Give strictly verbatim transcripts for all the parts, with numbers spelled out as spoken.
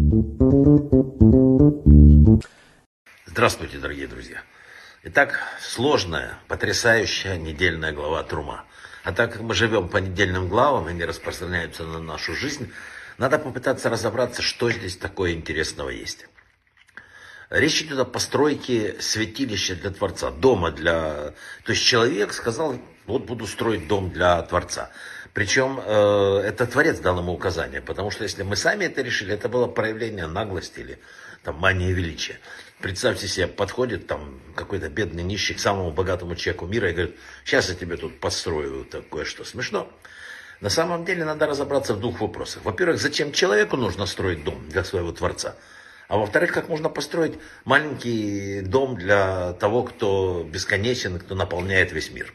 Здравствуйте, дорогие друзья. Итак, сложная, потрясающая недельная глава Трума. А так как мы живем по недельным главам, и они распространяются на нашу жизнь, надо попытаться разобраться, что здесь такое интересного есть. Речь идет о постройке святилища для Творца, дома для... То есть человек сказал, вот буду строить дом для Творца. Причем э, это Творец дал ему указание, потому что если мы сами это решили, это было проявление наглости или там, мании величия. Представьте себе, подходит там какой-то бедный нищий к самому богатому человеку мира и говорит, сейчас я тебе тут построю такое, что смешно. На самом деле надо разобраться в двух вопросах. Во-первых, зачем человеку нужно строить дом для своего Творца? А во-вторых, как можно построить маленький дом для того, кто бесконечен, кто наполняет весь мир.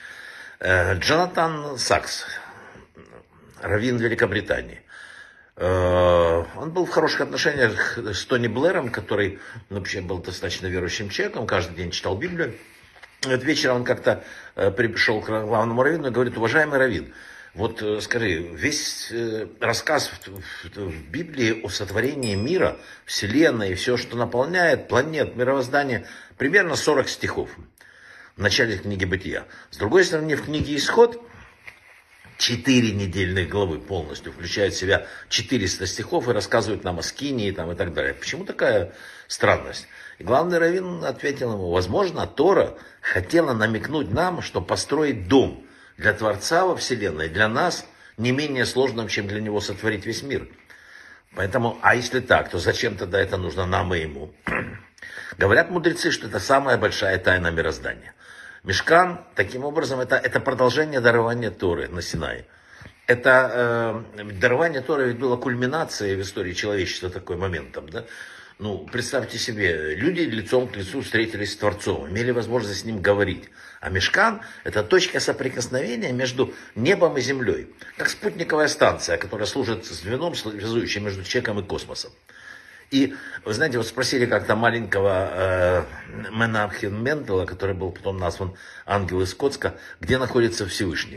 Джонатан Сакс, раввин Великобритании. Он был в хороших отношениях с Тони Блэром, который вообще был достаточно верующим человеком, каждый день читал Библию. И вот вечером он как-то пришел к главному раввину и говорит, уважаемый раввин, вот скажи, весь рассказ в Библии о сотворении мира, Вселенной и все, что наполняет, планет, мировоздание, примерно сорок стихов в начале книги Бытия. С другой стороны, в книге Исход четыре недельных главы полностью включают в себя четыреста стихов и рассказывают нам о Скинии там, и так далее. Почему такая странность? И главный раввин ответил ему, возможно, Тора хотела намекнуть нам, что построить дом для Творца во Вселенной, для нас, не менее сложным, чем для него сотворить весь мир. Поэтому, а если так, то зачем тогда это нужно нам и ему? Говорят мудрецы, что это самая большая тайна мироздания. Мишкан, таким образом, это, это продолжение дарования Торы на Синае. Это э, дарование Торы ведь было кульминацией в истории человечества такой моментом. Да? Ну, представьте себе, люди лицом к лицу встретились с Творцом, имели возможность с ним говорить. А Мишкан – это точка соприкосновения между небом и землей. Как спутниковая станция, которая служит звеном, связующим между человеком и космосом. И, вы знаете, вот спросили как-то маленького э, Менахема Мендела, который был потом назван ангел из Скотска, где находится Всевышний.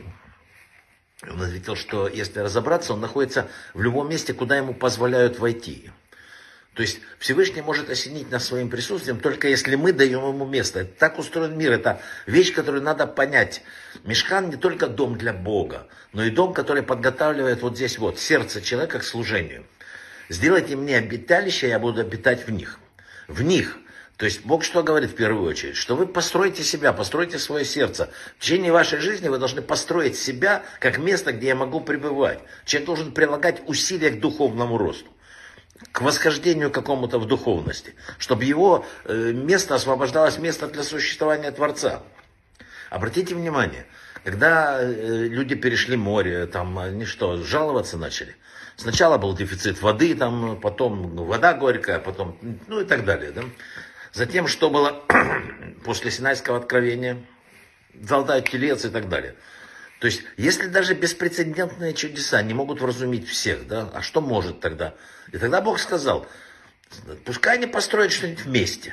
Он ответил, что если разобраться, он находится в любом месте, куда ему позволяют войти. То есть Всевышний может осенить нас своим присутствием, только если мы даем ему место. Это так устроен мир, это вещь, которую надо понять. Мишкан не только дом для Бога, но и дом, который подготавливает вот здесь вот сердце человека к служению. Сделайте мне обиталище, я буду обитать в них. В них. То есть Бог что говорит в первую очередь? Что вы построите себя, постройте свое сердце. В течение вашей жизни вы должны построить себя как место, где я могу пребывать. Человек должен прилагать усилия к духовному росту, к восхождению какому-то в духовности, чтобы его место освобождалось, место для существования Творца. Обратите внимание, когда люди перешли море, там они что, жаловаться начали? Сначала был дефицит воды, там, потом вода горькая, потом, ну и так далее. Да? Затем, что было после Синайского откровения, золотой телец и так далее. То есть, если даже беспрецедентные чудеса не могут вразумить всех, да, а что может тогда? И тогда Бог сказал, пускай они построят что-нибудь вместе.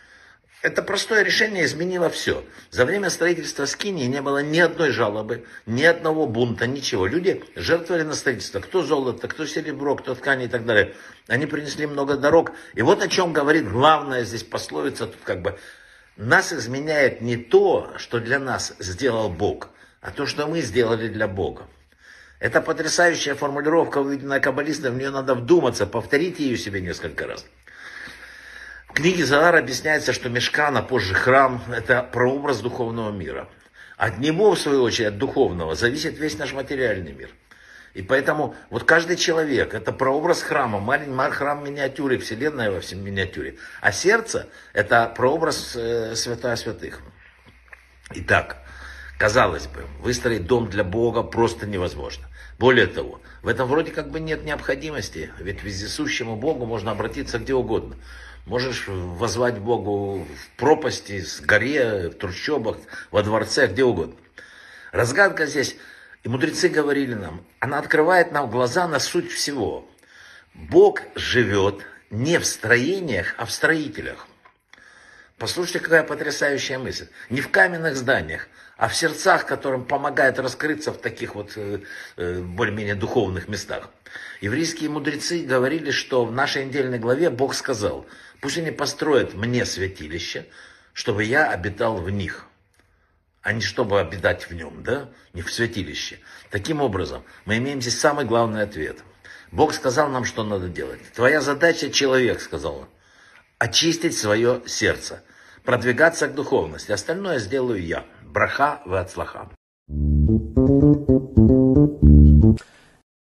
Это простое решение изменило все. За время строительства Скинии не было ни одной жалобы, ни одного бунта, ничего. Люди жертвовали на строительство. Кто золото, кто серебро, кто ткани и так далее. Они принесли много дорог. И вот о чем говорит главная здесь пословица. Тут как бы нас изменяет не то, что для нас сделал Бог, а то, что мы сделали для Бога. Это потрясающая формулировка, выведенная каббалистом. В нее надо вдуматься, повторите ее себе несколько раз. В книге Зоар объясняется, что Мишкан, а позже храм, это прообраз духовного мира. От него, в свою очередь, от духовного, зависит весь наш материальный мир. И поэтому вот каждый человек, это прообраз храма, маленький храм в миниатюре, вселенная во всем миниатюре. А сердце, это прообраз э, святая святых. Итак, казалось бы, выстроить дом для Бога просто невозможно. Более того, в этом вроде как бы нет необходимости, ведь к вездесущему Богу можно обратиться где угодно. Можешь воззвать Богу в пропасти, в горе, в трущобах, во дворце, где угодно. Разгадка здесь, и мудрецы говорили нам, она открывает нам глаза на суть всего. Бог живет не в строениях, а в строителях. Послушайте, какая потрясающая мысль. Не в каменных зданиях, а в сердцах, которым помогает раскрыться в таких вот э, э, более-менее духовных местах. Еврейские мудрецы говорили, что в нашей недельной главе Бог сказал: пусть они построят мне святилище, чтобы я обитал в них, а не чтобы обитать в нем, да, не в святилище. Таким образом, мы имеем здесь самый главный ответ. Бог сказал нам, что надо делать. Твоя задача, человек, сказал он, очистить свое сердце, продвигаться к духовности. Остальное сделаю я. Браха ве ацлаха.